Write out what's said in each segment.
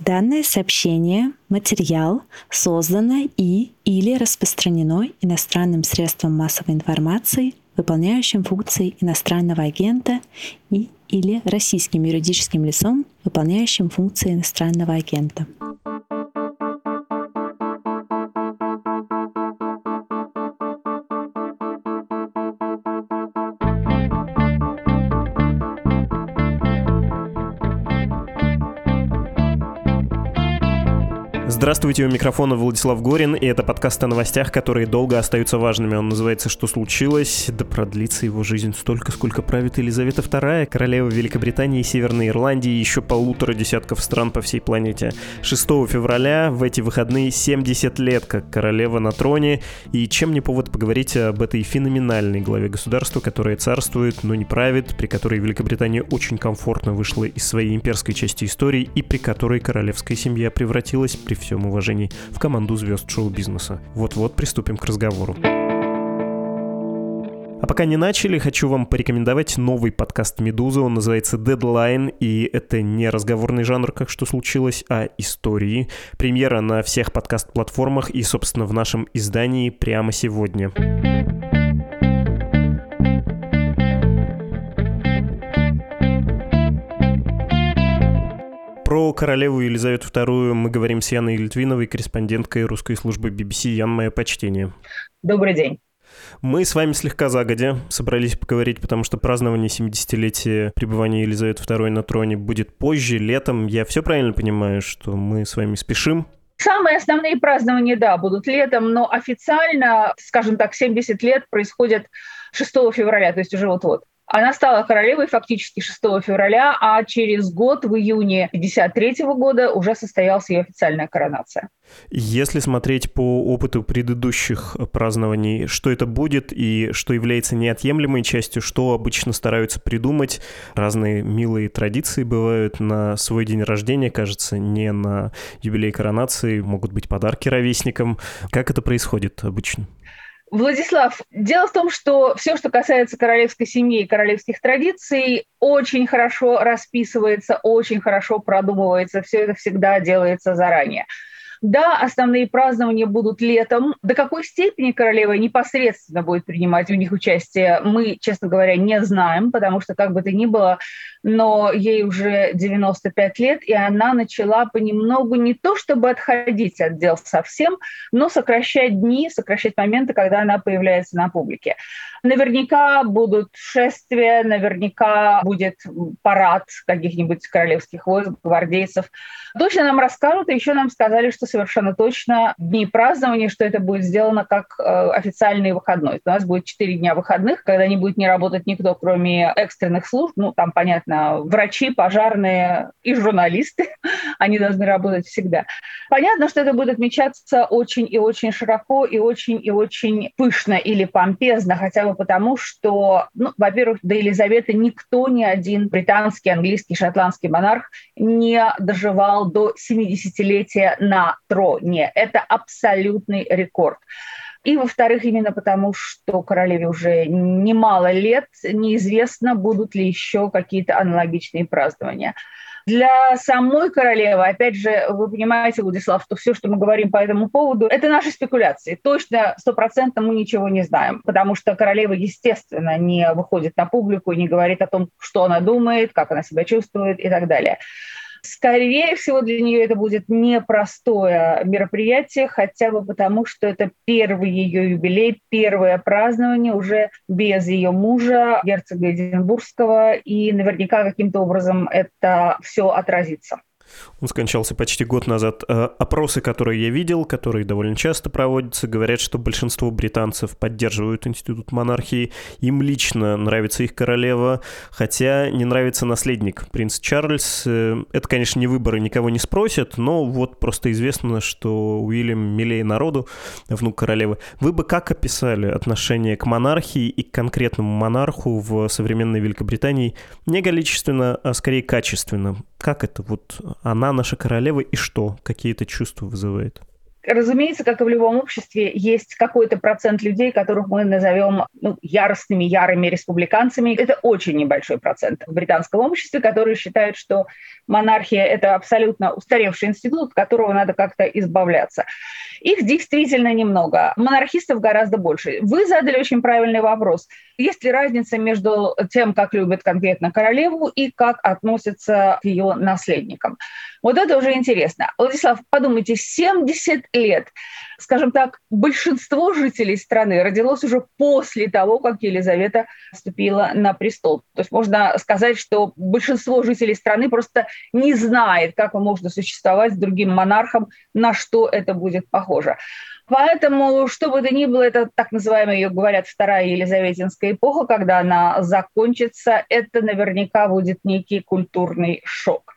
Данное сообщение, материал создано или распространено иностранным средством массовой информации, выполняющим функции иностранного агента или российским юридическим лицом, выполняющим функции иностранного агента. Здравствуйте, у микрофона Владислав Горин, и это подкаст о новостях, которые долго остаются важными. Он называется «Что случилось?». Да продлится его жизнь столько, сколько правит Елизавета II, королева Великобритании и Северной Ирландии и еще 1,5 десятка стран по всей планете. 6 февраля в эти выходные 70 лет, как королева на троне, и чем не повод поговорить об этой феноменальной главе государства, которая царствует, но не правит, при которой Великобритания очень комфортно вышла из своей имперской части истории и при которой королевская семья превратилась при всем уважении в команду звезд шоу-бизнеса. Вот-вот приступим к разговору. А пока не начали, хочу вам порекомендовать новый подкаст «Медузы». Он называется «Дедлайн», и это не разговорный жанр, как «Что случилось?», а истории. Премьера на всех подкаст-платформах и, собственно, в нашем издании прямо сегодня. Про королеву Елизавету II мы говорим с Яной Литвиновой, корреспонденткой русской службы BBC. Ян, мое почтение. Добрый день. Мы с вами слегка загодя собрались поговорить, потому что празднование 70-летия пребывания Елизаветы II на троне будет позже, летом. Я все правильно понимаю, что мы с вами спешим? Самые основные празднования, да, будут летом, но официально, скажем так, 70 лет происходят 6 февраля, то есть уже вот-вот. Она стала королевой фактически 6 февраля, а через год, в июне 1953 года, уже состоялась ее официальная коронация. Если смотреть по опыту предыдущих празднований, что это будет и что является неотъемлемой частью, что обычно стараются придумать, разные милые традиции бывают на свой день рождения, кажется, не на юбилей коронации, могут быть подарки ровесникам. Как это происходит обычно? Владислав, дело в том, что все, что касается королевской семьи и королевских традиций, очень хорошо расписывается, очень хорошо продумывается, все это всегда делается заранее. Да, основные празднования будут летом. До какой степени королева непосредственно будет принимать в них участие, мы, честно говоря, не знаем, потому что, как бы то ни было, но ей уже 95 лет, и она начала понемногу не то чтобы отходить от дел совсем, но сокращать дни, сокращать моменты, когда она появляется на публике. Наверняка будут шествия, наверняка будет парад каких-нибудь королевских войск, гвардейцев. Точно нам расскажут, и еще нам сказали, что совершенно точно дни празднования, что это будет сделано как официальный выходной. У нас будет 4 дня выходных, когда не будет не работать никто, кроме экстренных служб. Ну, там, понятно, врачи, пожарные и журналисты. Они должны работать всегда. Понятно, что это будет отмечаться очень и очень широко, и очень пышно или помпезно, хотя бы потому, что, во-первых, до Елизаветы никто, ни один британский, английский, шотландский монарх не доживал до 70-летия на троне. Это абсолютный рекорд. И, во-вторых, именно потому, что королеве уже немало лет, неизвестно, будут ли еще какие-то аналогичные празднования. Для самой королевы, опять же, вы понимаете, Владислав, что все, что мы говорим по этому поводу, это наши спекуляции. Точно, 100% мы ничего не знаем, потому что королева, естественно, не выходит на публику, не говорит о том, что она думает, как она себя чувствует и так далее. Скорее всего, для нее это будет непростое мероприятие, хотя бы потому, что это первый ее юбилей, первое празднование уже без ее мужа, герцога Эдинбургского, и наверняка каким-то образом это все отразится. Он скончался почти год назад. Опросы, которые я видел, которые довольно часто проводятся, говорят, что большинство британцев поддерживают институт монархии. Им лично нравится их королева, хотя не нравится наследник, принц Чарльз. Это, конечно, не выборы, никого не спросят, но вот просто известно, что Уильям милее народу, внук королевы. Вы бы как описали отношение к монархии и к конкретному монарху в современной Великобритании? Не количественно, а скорее качественно. Как это? Вот она наша королева, и что? Какие-то чувства вызывает? Разумеется, как и в любом обществе, есть какой-то процент людей, которых мы назовем яростными, ярыми республиканцами. Это очень небольшой процент в британском обществе, которые считают, что монархия – это абсолютно устаревший институт, от которого надо как-то избавляться. Их действительно немного. Монархистов гораздо больше. Вы задали очень правильный вопрос. Есть ли разница между тем, как любят конкретно королеву и как относятся к ее наследникам? Вот это уже интересно. Владислав, подумайте, 70 лет, скажем так, большинство жителей страны родилось уже после того, как Елизавета вступила на престол. То есть можно сказать, что большинство жителей страны просто не знает, как можно существовать с другим монархом, на что это будет похоже. Поэтому, что бы то ни было, это так называемая, ее говорят, вторая елизаветинская эпоха, когда она закончится, это наверняка будет некий культурный шок.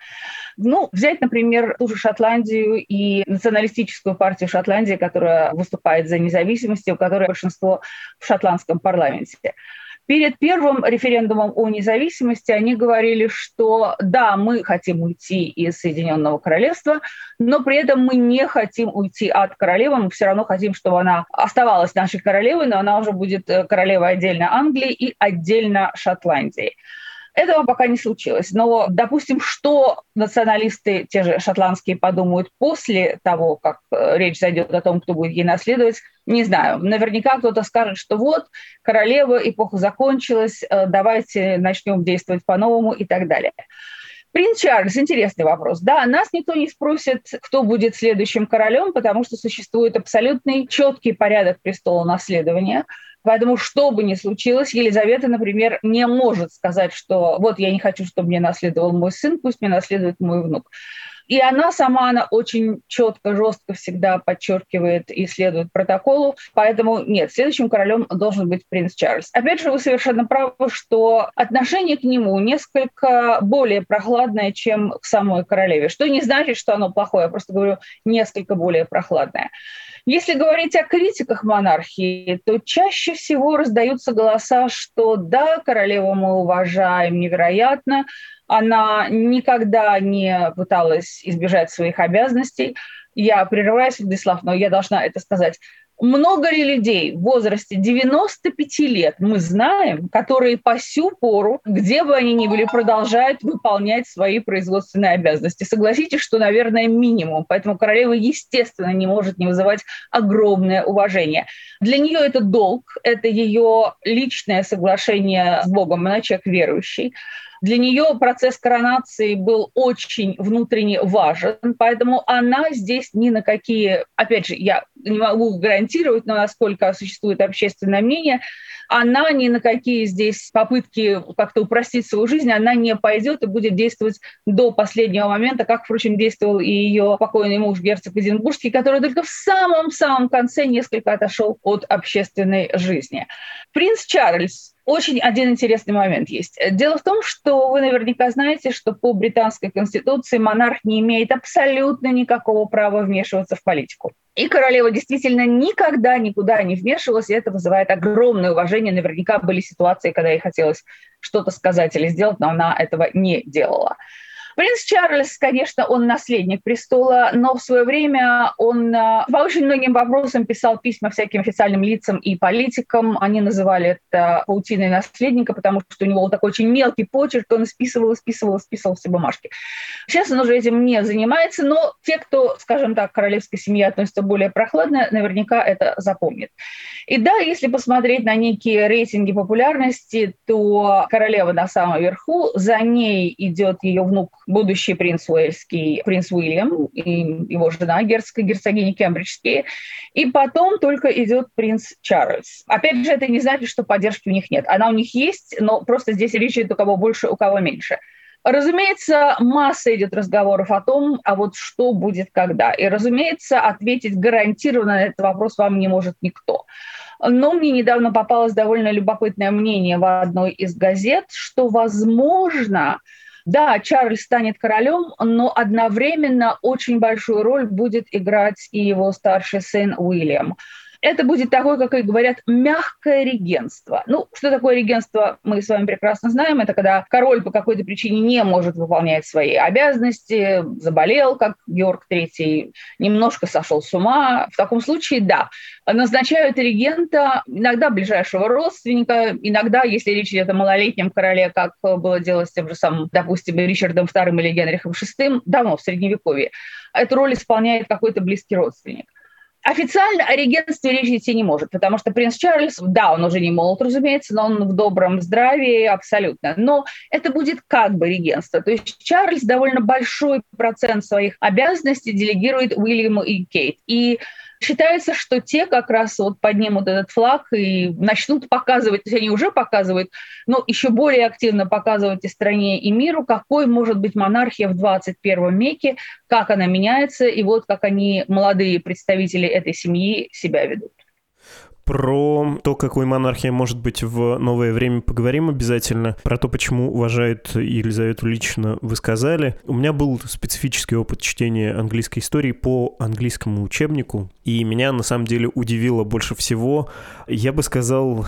Взять, например, ту же Шотландию и националистическую партию Шотландии, которая выступает за независимость, у которой большинство в шотландском парламенте. Перед первым референдумом о независимости они говорили, что да, мы хотим уйти из Соединенного Королевства, но при этом мы не хотим уйти от королевы, мы все равно хотим, чтобы она оставалась нашей королевой, но она уже будет королевой отдельно Англии и отдельно Шотландии. Этого пока не случилось. Но, допустим, что националисты, те же шотландские, подумают после того, как речь зайдет о том, кто будет ей наследовать, не знаю. Наверняка кто-то скажет, что вот, королева, эпоха закончилась, давайте начнем действовать по-новому и так далее. Принц Чарльз, интересный вопрос. Да, нас никто не спросит, кто будет следующим королем, потому что существует абсолютный четкий порядок престола наследования. Поэтому, что бы ни случилось, Елизавета, например, не может сказать, что вот я не хочу, чтобы мне наследовал мой сын, пусть мне наследует мой внук. И она очень четко, жестко всегда подчеркивает и следует протоколу. Поэтому нет, следующим королем должен быть принц Чарльз. Опять же, вы совершенно правы, что отношение к нему несколько более прохладное, чем к самой королеве. Что не значит, что оно плохое, я просто говорю, несколько более прохладное. Если говорить о критиках монархии, то чаще всего раздаются голоса, что да, королеву мы уважаем невероятно, она никогда не пыталась избежать своих обязанностей. Я прерываюсь, Владислав, но я должна это сказать. Много ли людей в возрасте 95 лет мы знаем, которые по сю пору, где бы они ни были, продолжают выполнять свои производственные обязанности? Согласитесь, что, наверное, минимум. Поэтому королева, естественно, не может не вызывать огромное уважение. Для нее это долг, это ее личное соглашение с Богом, она человек верующий. Для нее процесс коронации был очень внутренне важен, поэтому она здесь ни на какие, опять же, я не могу гарантировать, но насколько существует общественное мнение, она ни на какие здесь попытки как-то упростить свою жизнь, она не пойдет и будет действовать до последнего момента, как, впрочем, действовал и ее покойный муж, герцог Эдинбургский, который только в самом-самом конце несколько отошел от общественной жизни. Принц Чарльз. Очень один интересный момент есть. Дело в том, что вы наверняка знаете, что по британской конституции монарх не имеет абсолютно никакого права вмешиваться в политику. И королева действительно никогда никуда не вмешивалась, и это вызывает огромное уважение. Наверняка были ситуации, когда ей хотелось что-то сказать или сделать, но она этого не делала. Принц Чарльз, конечно, он наследник престола, но в свое время он по очень многим вопросам писал письма всяким официальным лицам и политикам. Они называли это паутиной наследника, потому что у него был такой очень мелкий почерк, он списывал все бумажки. Сейчас он уже этим не занимается, но те, кто, скажем так, к королевской семье относятся более прохладно, наверняка это запомнят. И да, если посмотреть на некие рейтинги популярности, то королева на самом верху, за ней идет ее внук, будущий принц Уэльский, принц Уильям, и его жена, герцогиня Кембриджские, и потом только идет принц Чарльз. Опять же, это не значит, что поддержки у них нет. Она у них есть, но просто здесь речь идет у кого больше, у кого меньше. Разумеется, масса идет разговоров о том, а вот что будет когда. И, разумеется, ответить гарантированно на этот вопрос вам не может никто. Но мне недавно попалось довольно любопытное мнение в одной из газет, что, возможно, да, Чарльз станет королем, но одновременно очень большую роль будет играть и его старший сын Уильям. Это будет такое, как и говорят, мягкое регентство. Ну, что такое регентство, мы с вами прекрасно знаем. Это когда король по какой-то причине не может выполнять свои обязанности, заболел, как Георг III, немножко сошел с ума. В таком случае, да, назначают регента, иногда ближайшего родственника, иногда, если речь идет о малолетнем короле, как было дело с тем же самым, допустим, Ричардом II или Генрихом VI, давно, в Средневековье. Эту роль исполняет какой-то близкий родственник. Официально о регентстве речь идти не может, потому что принц Чарльз, да, он уже не молод, разумеется, но он в добром здравии абсолютно. Но это будет как бы регентство. То есть Чарльз довольно большой процент своих обязанностей делегирует Уильяму и Кейт. И считается, что те как раз вот поднимут этот флаг и начнут показывать, то есть они уже показывают, но еще более активно показывать и стране, и миру, какой может быть монархия в 21 веке, как она меняется, и вот как они, молодые представители этой семьи, себя ведут. Про то, какой монархия может быть в новое время, поговорим обязательно. Про то, почему уважают Елизавету лично, вы сказали. У меня был специфический опыт чтения английской истории по английскому учебнику, и меня на самом деле удивило больше всего, я бы сказал,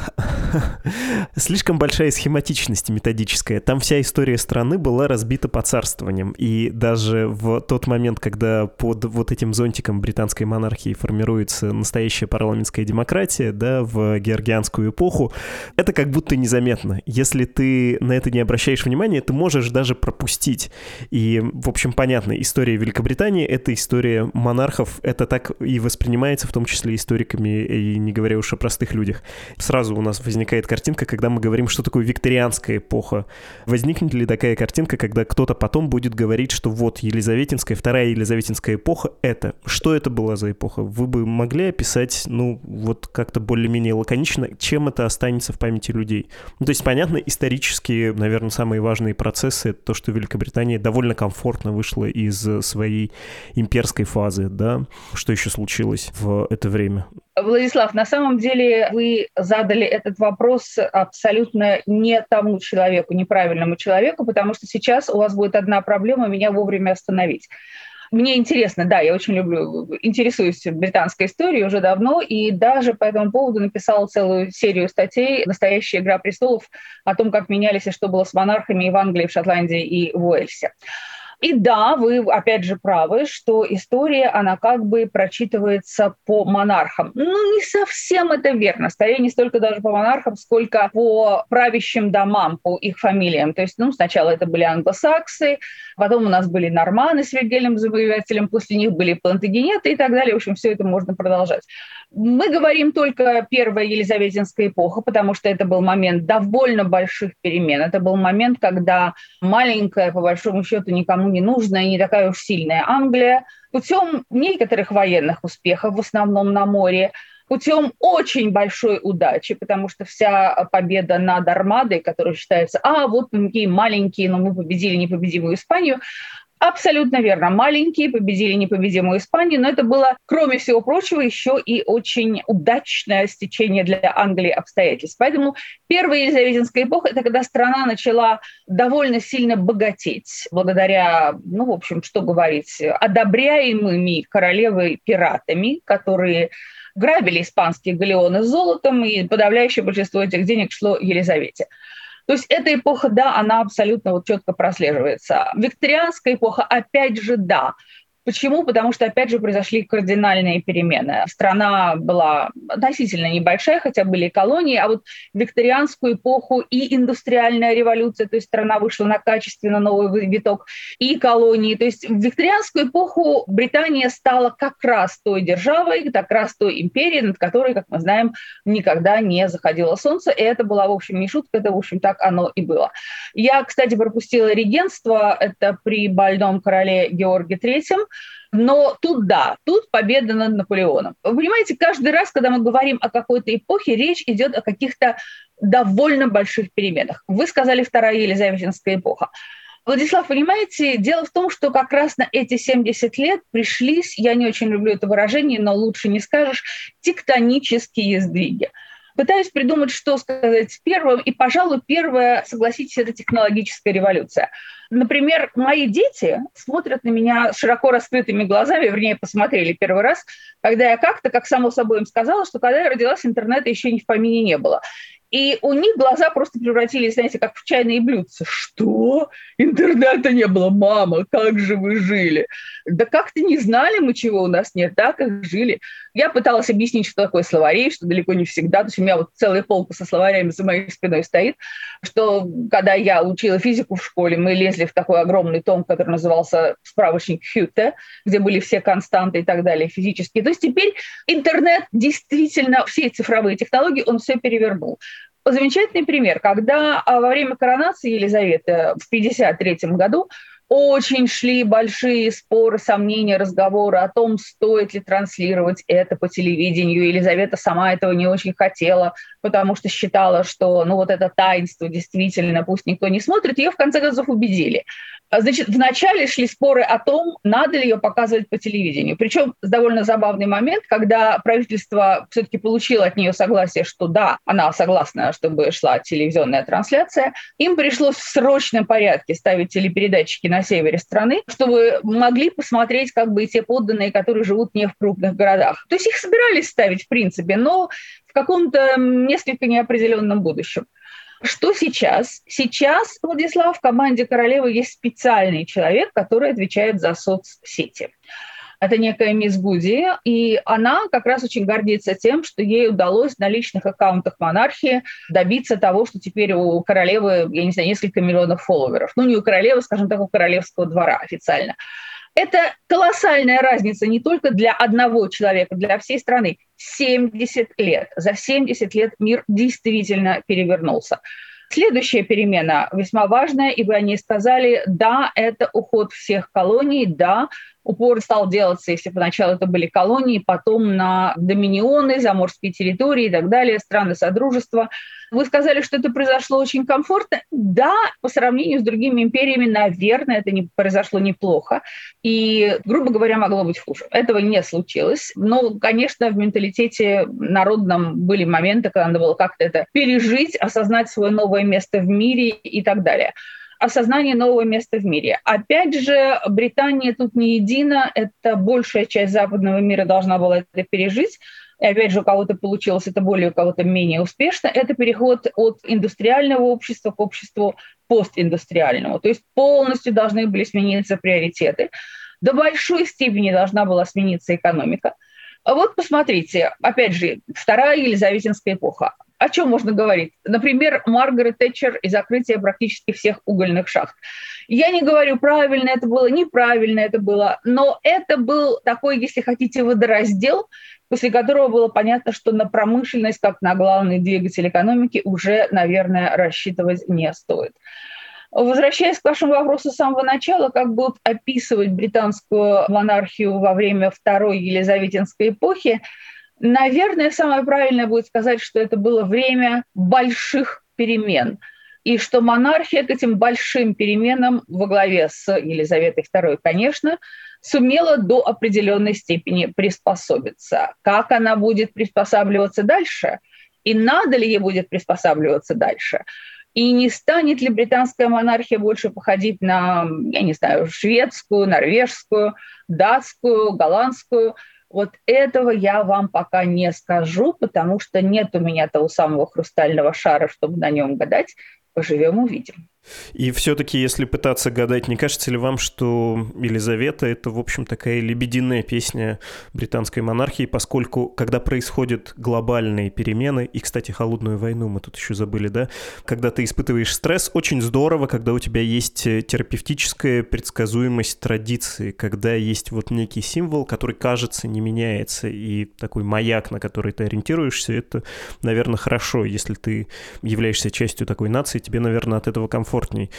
слишком большая схематичность методическая. Там вся история страны была разбита по царствованиям, и даже в тот момент, когда под вот этим зонтиком британской монархии формируется настоящая парламентская демократия, да, в георгианскую эпоху, это как будто незаметно. Если ты на это не обращаешь внимания, ты можешь даже пропустить. И, в общем, понятно, история Великобритании — это история монархов, это так и воспринимается, в том числе историками, и не говоря уж о простых людях. Сразу у нас возникает картинка, когда мы говорим, что такое викторианская эпоха. Возникнет ли такая картинка, когда кто-то потом будет говорить, что вот Елизаветинская, вторая Елизаветинская эпоха — это? Что это была за эпоха? Вы бы могли описать, ну, вот как-то более-менее лаконично, чем это останется в памяти людей? Ну, то есть, понятно, исторически, наверное, самые важные процессы — это то, что Великобритания довольно комфортно вышла из своей имперской фазы, да? Что еще случилось в это время? Владислав, на самом деле вы задали этот вопрос абсолютно не тому человеку, неправильному человеку, потому что сейчас у вас будет одна проблема — меня вовремя остановить. Мне интересно, да, я очень интересуюсь британской историей уже давно, и даже по этому поводу написала целую серию статей «Настоящая игра престолов» о том, как менялись и что было с монархами и в Англии, в Шотландии и в Уэльсе. И да, вы опять же правы, что история, она как бы прочитывается по монархам. Ну, не совсем это верно. Скорее, не столько даже по монархам, сколько по правящим домам, по их фамилиям. То есть, сначала это были англосаксы, потом у нас были норманы с Вильгельмом Завоевателем, после них были плантагенеты и так далее. В общем, все это можно продолжать. Мы говорим только первая Елизаветинская эпоха, потому что это был момент довольно больших перемен. Это был момент, когда маленькая, по большому счету, никому не нужная и не такая уж сильная Англия путем некоторых военных успехов, в основном на море, путем очень большой удачи, потому что вся победа над Армадой, которая считается, вот мы такие маленькие, но мы победили непобедимую Испанию, абсолютно верно. Маленькие победили непобедимую Испанию, но это было, кроме всего прочего, еще и очень удачное стечение для Англии обстоятельств. Поэтому первая Елизаветинская эпоха — это когда страна начала довольно сильно богатеть благодаря, в общем, что говорить, одобряемыми королевой пиратами, которые грабили испанские галеоны с золотом, и подавляющее большинство этих денег шло Елизавете. То есть эта эпоха, да, она абсолютно четко прослеживается. Викторианская эпоха, опять же, да. Почему? Потому что, опять же, произошли кардинальные перемены. Страна была относительно небольшая, хотя были и колонии, а вот в викторианскую эпоху и индустриальная революция, то есть страна вышла на качественно новый виток, и колонии. То есть в викторианскую эпоху Британия стала как раз той державой, как раз той империей, над которой, как мы знаем, никогда не заходило солнце. И это была, в общем, не шутка, это, в общем, так оно и было. Я, кстати, пропустила регентство, это при больном короле Георге III, но тут да, тут победа над Наполеоном. Вы понимаете, каждый раз, когда мы говорим о какой-то эпохе, речь идет о каких-то довольно больших переменах. Вы сказали вторая Елизаветинская эпоха. Владислав, понимаете, дело в том, что как раз на эти 70 лет пришлись, я не очень люблю это выражение, но лучше не скажешь, тектонические сдвиги. Пытаюсь придумать, что сказать первым. И, пожалуй, первое, согласитесь, это технологическая революция. Например, мои дети смотрят на меня широко раскрытыми глазами, вернее, посмотрели первый раз, когда я как-то, как само собой им сказала, что когда я родилась, интернета еще ни в помине не было. И у них глаза просто превратились, знаете, как в чайные блюдца. Что? Интернета не было? Мама, как же вы жили? Да как-то не знали мы, чего у нас нет, да, как жили. Я пыталась объяснить, что такое словари, что далеко не всегда. То есть у меня вот целая полка со словарями за моей спиной стоит, что когда я учила физику в школе, мы лезли в такой огромный том, который назывался справочник Хьюте, где были все константы и так далее физические. То есть теперь интернет действительно, все цифровые технологии, он все перевернул. Замечательный пример. Когда во время коронации Елизаветы в 1953 году очень шли большие споры, сомнения, разговоры о том, стоит ли транслировать это по телевидению. Елизавета сама этого не очень хотела, потому что считала, что вот это таинство действительно, пусть никто не смотрит. Ее в конце концов убедили. Значит, вначале шли споры о том, надо ли ее показывать по телевидению. Причем довольно забавный момент, когда правительство все-таки получило от нее согласие, что да, она согласна, чтобы шла телевизионная трансляция. Им пришлось в срочном порядке ставить телепередатчики на севере страны, чтобы могли посмотреть как бы и те подданные, которые живут не в крупных городах. То есть их собирались ставить в принципе, но в каком-то несколько неопределенном будущем. Что сейчас? Сейчас, Владислав, в команде королевы есть специальный человек, который отвечает за соцсети. Это некая мисс Гуди, и она как раз очень гордится тем, что ей удалось на личных аккаунтах монархии добиться того, что теперь у королевы, я не знаю, несколько миллионов фолловеров. Ну, не у королевы, скажем так, у королевского двора официально. Это колоссальная разница не только для одного человека, для всей страны. 70 лет. За 70 лет мир действительно перевернулся. Следующая перемена весьма важная, и вы о ней сказали, да, это уход всех колоний, да, упор стал делаться, если поначалу это были колонии, потом на доминионы, заморские территории и так далее, страны Содружества. Вы сказали, что это произошло очень комфортно. Да, по сравнению с другими империями, наверное, это не произошло неплохо. И, грубо говоря, могло быть хуже. Этого не случилось. Но, конечно, в менталитете народном были моменты, когда надо было как-то это пережить, осознать свое новое место в мире и так далее. Осознание нового места в мире. Опять же, Британия тут не едина, это большая часть западного мира должна была это пережить. И опять же, у кого-то получилось это более, у кого-то менее успешно. Это переход от индустриального общества к обществу постиндустриальному. То есть полностью должны были смениться приоритеты. До большой степени должна была смениться экономика. А вот посмотрите, опять же, вторая елизаветинская эпоха. О чем можно говорить? Например, Маргарет Тэтчер и закрытие практически всех угольных шахт. Я не говорю, правильно это было, неправильно это было, но это был такой, если хотите, водораздел, после которого было понятно, что на промышленность, как на главный двигатель экономики, уже, наверное, рассчитывать не стоит. Возвращаясь к вашему вопросу с самого начала, как будут описывать британскую монархию во время Второй Елизаветинской эпохи, наверное, самое правильное будет сказать, что это было время больших перемен, и что монархия к этим большим переменам во главе с Елизаветой II, конечно, сумела до определенной степени приспособиться. Как она будет приспосабливаться дальше? И надо ли ей будет приспосабливаться дальше? И не станет ли британская монархия больше походить на, я не знаю, шведскую, норвежскую, датскую, голландскую? Вот этого я вам пока не скажу, потому что нет у меня того самого хрустального шара, чтобы на нем гадать. Поживем, увидим. И все-таки, если пытаться гадать, не кажется ли вам, что Елизавета — это, в общем, такая лебединая песня британской монархии, поскольку, когда происходят глобальные перемены, и, кстати, холодную войну мы тут еще забыли, да, когда ты испытываешь стресс, очень здорово, когда у тебя есть терапевтическая предсказуемость традиции, когда есть вот некий символ, который, кажется, не меняется, и такой маяк, на который ты ориентируешься, это, наверное, хорошо, если ты являешься частью такой нации, тебе, наверное, от этого комфортней.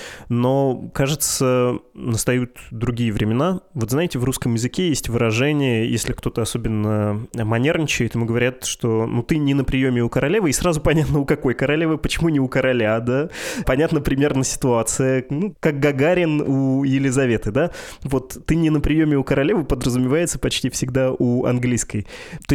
Но, кажется, настают другие времена. Вот знаете, в русском языке есть выражение, если кто-то особенно манерничает, ему говорят, что ну ты не на приеме у королевы, и сразу понятно, у какой королевы, почему не у короля, да? Понятно примерно ситуация, ну, как Гагарин у Елизаветы, да? Вот ты не на приеме у королевы подразумевается почти всегда у английской. То есть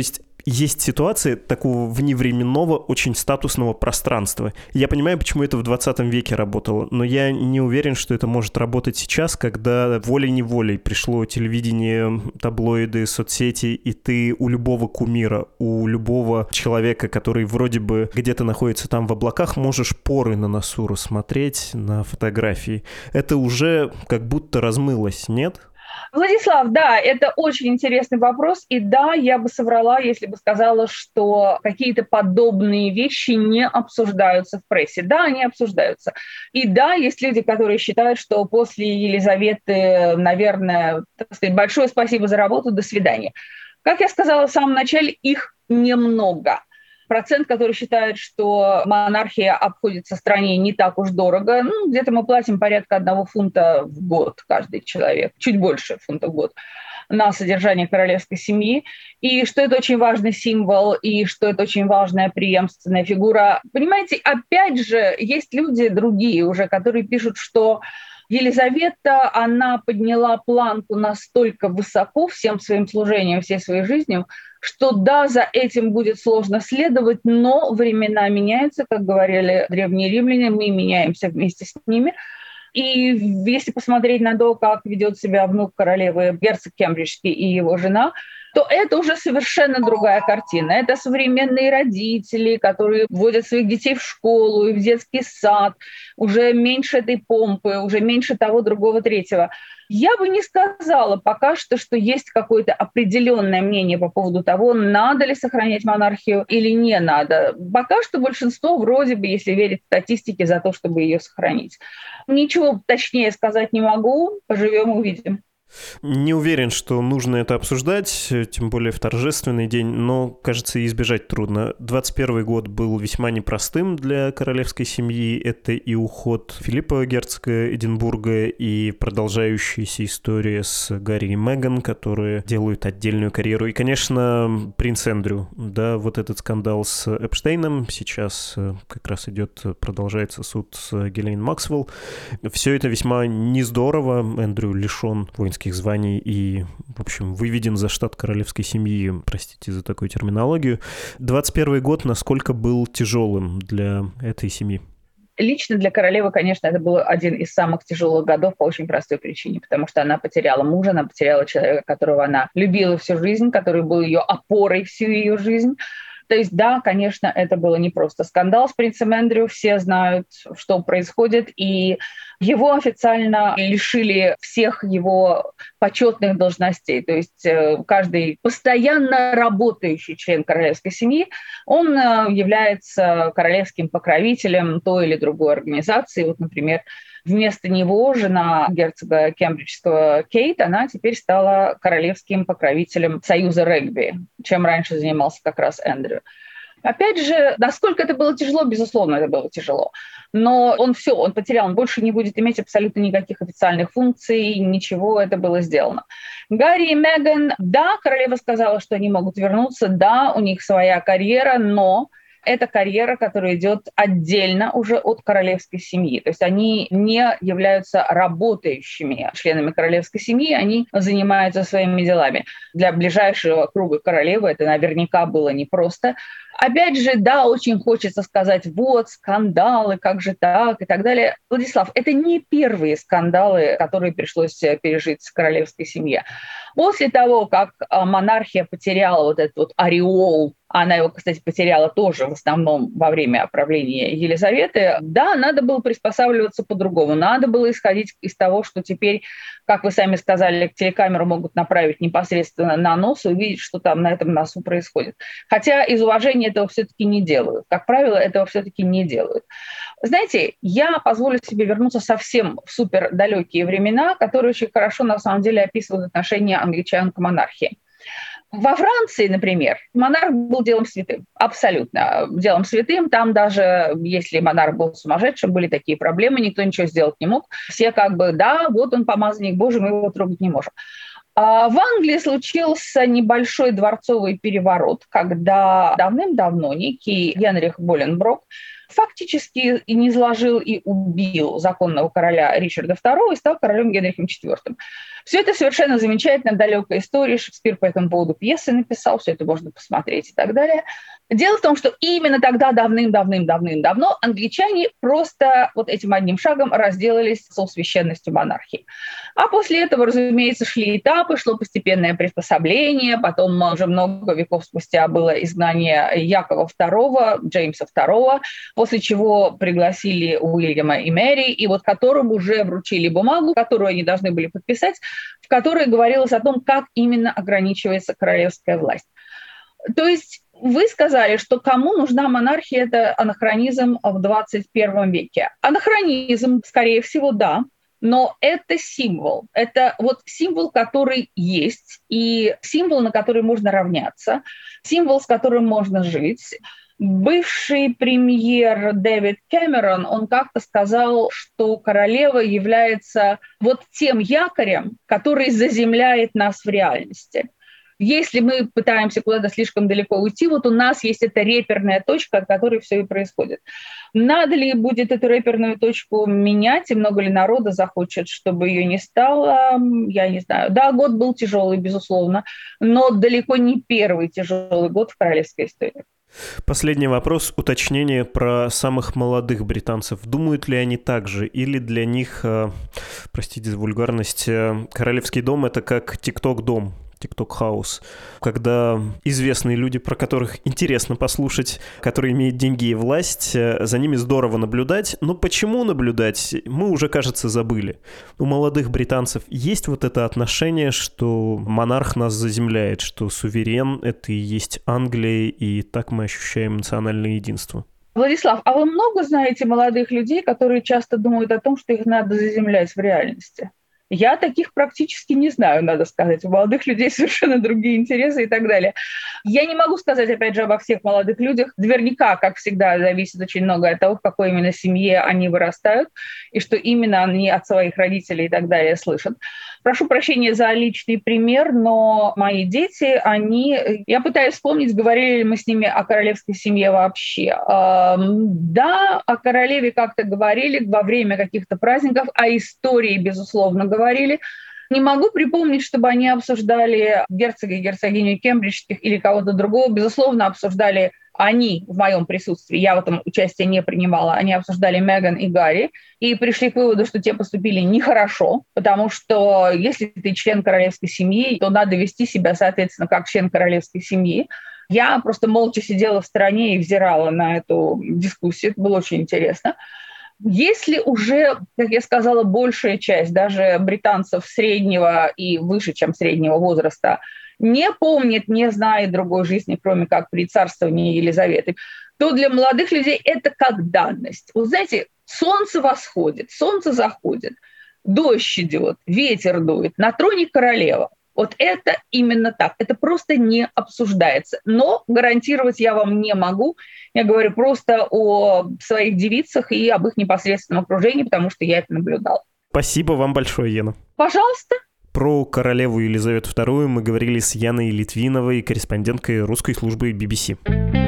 есть ситуации такого вневременного, очень статусного пространства. Я понимаю, почему это в 20 веке работало, но я не уверен, что это может работать сейчас, когда волей-неволей пришло телевидение, таблоиды, соцсети, и ты у любого кумира, у любого человека, который вроде бы где-то находится там в облаках, можешь поры на носу рассмотреть на фотографии. Это уже как будто размылось, нет? Владислав, да, это очень интересный вопрос. И да, я бы соврала, если бы сказала, что какие-то подобные вещи не обсуждаются в прессе. Да, они обсуждаются. И да, есть люди, которые считают, что после Елизаветы, наверное, так сказать, большое спасибо за работу, до свидания. Как я сказала в самом начале, их немного. Процент, который считает, что монархия обходится стране не так уж дорого, где-то мы платим порядка 1 фунта в год каждый человек, чуть больше фунта в год, на содержание королевской семьи, и что это очень важный символ, и что это очень важная преемственная фигура. Понимаете, опять же, есть люди другие уже, которые пишут, что Елизавета, она подняла планку настолько высоко всем своим служением, всей своей жизнью, что да, за этим будет сложно следовать, но времена меняются, как говорили древние римляне, мы меняемся вместе с ними. И если посмотреть на то, как ведет себя внук королевы, герцог Кембриджский и его жена, то это уже совершенно другая картина. Это современные родители, которые водят своих детей в школу и в детский сад. Уже меньше этой помпы, уже меньше того, другого, третьего. Я бы не сказала пока что есть какое-то определенное мнение по поводу того, надо ли сохранять монархию или не надо. Пока что большинство вроде бы, если верить статистике, за то, чтобы ее сохранить. Ничего точнее сказать не могу, поживем увидим. Не уверен, что нужно это обсуждать, тем более в торжественный день, но, кажется, избежать трудно. 21 год был весьма непростым для королевской семьи. Это и уход Филиппа, герцога Эдинбурга, и продолжающаяся история с Гарри и Меган, которые делают отдельную карьеру. И, конечно, принц Эндрю. Да, вот этот скандал с Эпштейном. Сейчас как раз продолжается суд с Гhislaine Максвелл. Все это весьма нездорово. Эндрю лишен воинских званий и, в общем, выведен за штат королевской семьи, простите за такую терминологию. 21 год насколько был тяжелым для этой семьи? Лично для королевы, конечно, это был один из самых тяжелых годов по очень простой причине, потому что она потеряла мужа, она потеряла человека, которого она любила всю жизнь, который был ее опорой всю ее жизнь. То есть, да, конечно, это было непросто. Скандал с принцем Эндрю, все знают, что происходит, и его официально лишили всех его почетных должностей. То есть каждый постоянно работающий член королевской семьи, он является королевским покровителем той или другой организации. Вот, например, вместо него жена герцога Кембриджского Кейт, она теперь стала королевским покровителем союза регби, чем раньше занимался как раз Эндрю. Опять же, насколько это было тяжело, безусловно, это было тяжело. Но он потерял, он больше не будет иметь абсолютно никаких официальных функций, ничего, это было сделано. Гарри и Меган, да, королева сказала, что они могут вернуться, да, у них своя карьера, но это карьера, которая идет отдельно уже от королевской семьи. То есть они не являются работающими членами королевской семьи, они занимаются своими делами. Для ближайшего круга королевы это наверняка было непросто. Опять же, да, очень хочется сказать, вот, скандалы, как же так и так далее. Владислав, это не первые скандалы, которые пришлось пережить в королевской семье. После того, как монархия потеряла вот этот вот ореол, она его, кстати, потеряла тоже в основном во время правления Елизаветы, да, надо было приспосабливаться по-другому. Надо было исходить из того, что теперь, как вы сами сказали, телекамеру могут направить непосредственно на нос и увидеть, что там на этом носу происходит. Хотя из уважения этого все-таки не делают. Как правило, этого все-таки не делают. Знаете, я позволю себе вернуться совсем в супер далекие времена, которые очень хорошо, на самом деле, описывают отношения англичан к монархии. Во Франции, например, монарх был делом святым, абсолютно делом святым. Там даже, если монарх был сумасшедшим, были такие проблемы, никто ничего сделать не мог. Все да, вот он помазанник Божий, мы его трогать не можем. А в Англии случился небольшой дворцовый переворот, когда давным-давно некий Генрих Боленброк фактически и низложил и убил законного короля Ричарда II и стал королем Генрихом IV. Все это совершенно замечательно, далекая история. Шекспир по этому поводу пьесы написал, все это можно посмотреть и так далее. Дело в том, что именно тогда, давным-давным-давным-давно, англичане просто вот этим одним шагом разделались со священностью монархии. А после этого, разумеется, шли этапы, шло постепенное приспособление, потом уже много веков спустя было изгнание Якова II, Джеймса II, после чего пригласили Уильяма и Мэри, и вот которым уже вручили бумагу, которую они должны были подписать, в которой говорилось о том, как именно ограничивается королевская власть. То есть вы сказали, что кому нужна монархия, это анахронизм в 21 веке. Анахронизм, скорее всего, да, но это символ. Это вот символ, который есть, и символ, на который можно равняться, символ, с которым можно жить. Бывший премьер Дэвид Кэмерон, он как-то сказал, что королева является вот тем якорем, который заземляет нас в реальности. Если мы пытаемся куда-то слишком далеко уйти, вот у нас есть эта реперная точка, от которой все и происходит. Надо ли будет эту реперную точку менять, и много ли народа захочет, чтобы ее не стало, я не знаю. Да, год был тяжелый, безусловно, но далеко не первый тяжелый год в королевской истории. Последний вопрос, уточнение про самых молодых британцев. Думают ли они так же? Или для них, простите за вульгарность, королевский дом — это как тикток-дом? TikTok-хаус, когда известные люди, про которых интересно послушать, которые имеют деньги и власть, за ними здорово наблюдать. Но почему наблюдать, мы уже, кажется, забыли. У молодых британцев есть вот это отношение, что монарх нас заземляет, что суверен — это и есть Англия, и так мы ощущаем национальное единство. Владислав, а вы много знаете молодых людей, которые часто думают о том, что их надо заземлять в реальности? Я таких практически не знаю, надо сказать. У молодых людей совершенно другие интересы и так далее. Я не могу сказать, опять же, обо всех молодых людях. Наверняка, как всегда, зависит очень много от того, в какой именно семье они вырастают, и что именно они от своих родителей и так далее слышат. Прошу прощения за личный пример, но мои дети, я пытаюсь вспомнить, говорили ли мы с ними о королевской семье вообще. Да, о королеве как-то говорили во время каких-то праздников, о истории, безусловно, говорили. Не могу припомнить, чтобы они обсуждали герцога и герцогиню кембриджских или кого-то другого. Безусловно, обсуждали они в моем присутствии, я в этом участие не принимала, они обсуждали Меган и Гарри и пришли к выводу, что те поступили нехорошо, потому что если ты член королевской семьи, то надо вести себя, соответственно, как член королевской семьи. Я просто молча сидела в стороне и взирала на эту дискуссию, это было очень интересно. Если уже, как я сказала, большая часть даже британцев среднего и выше, чем среднего возраста, не помнит, не знает другой жизни, кроме как при царствовании Елизаветы, то для молодых людей это как данность. Вы знаете, солнце восходит, солнце заходит, дождь идет, ветер дует, на троне королева. Вот это именно так. Это просто не обсуждается. Но гарантировать я вам не могу. Я говорю просто о своих девицах и об их непосредственном окружении, потому что я это наблюдала. Спасибо вам большое, Яна. Пожалуйста. Про королеву Елизавету II мы говорили с Яной Литвиновой, корреспонденткой русской службы BBC.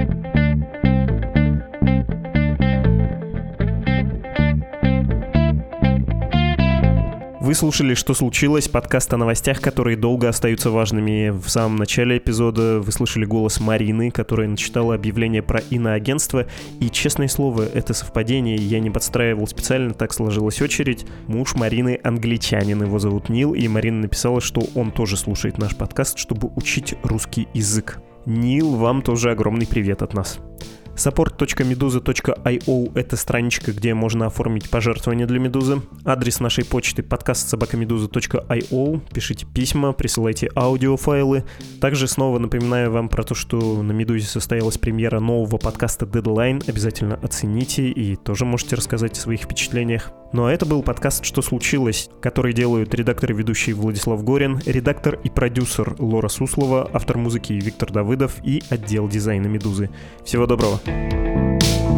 Вы слушали «Что случилось?» Подкаст о новостях, которые долго остаются важными. В самом начале эпизода вы слышали голос Марины, которая начитала объявление про иноагентство. И, честное слово, это совпадение. Я не подстраивал специально, так сложилась очередь. Муж Марины англичанин, его зовут Нил. И Марина написала, что он тоже слушает наш подкаст, чтобы учить русский язык. Нил, вам тоже огромный привет от нас. support.meduza.io — это страничка, где можно оформить пожертвование для Медузы. Адрес нашей почты — podcast@meduza.io. Пишите письма, присылайте аудиофайлы. Также снова напоминаю вам про то, что на Медузе состоялась премьера нового подкаста Deadline. Обязательно оцените и тоже можете рассказать о своих впечатлениях. Ну а это был подкаст «Что случилось?», который делают редактор и ведущий Владислав Горин, редактор и продюсер Лора Суслова, автор музыки Виктор Давыдов и отдел дизайна Медузы. Всего доброго!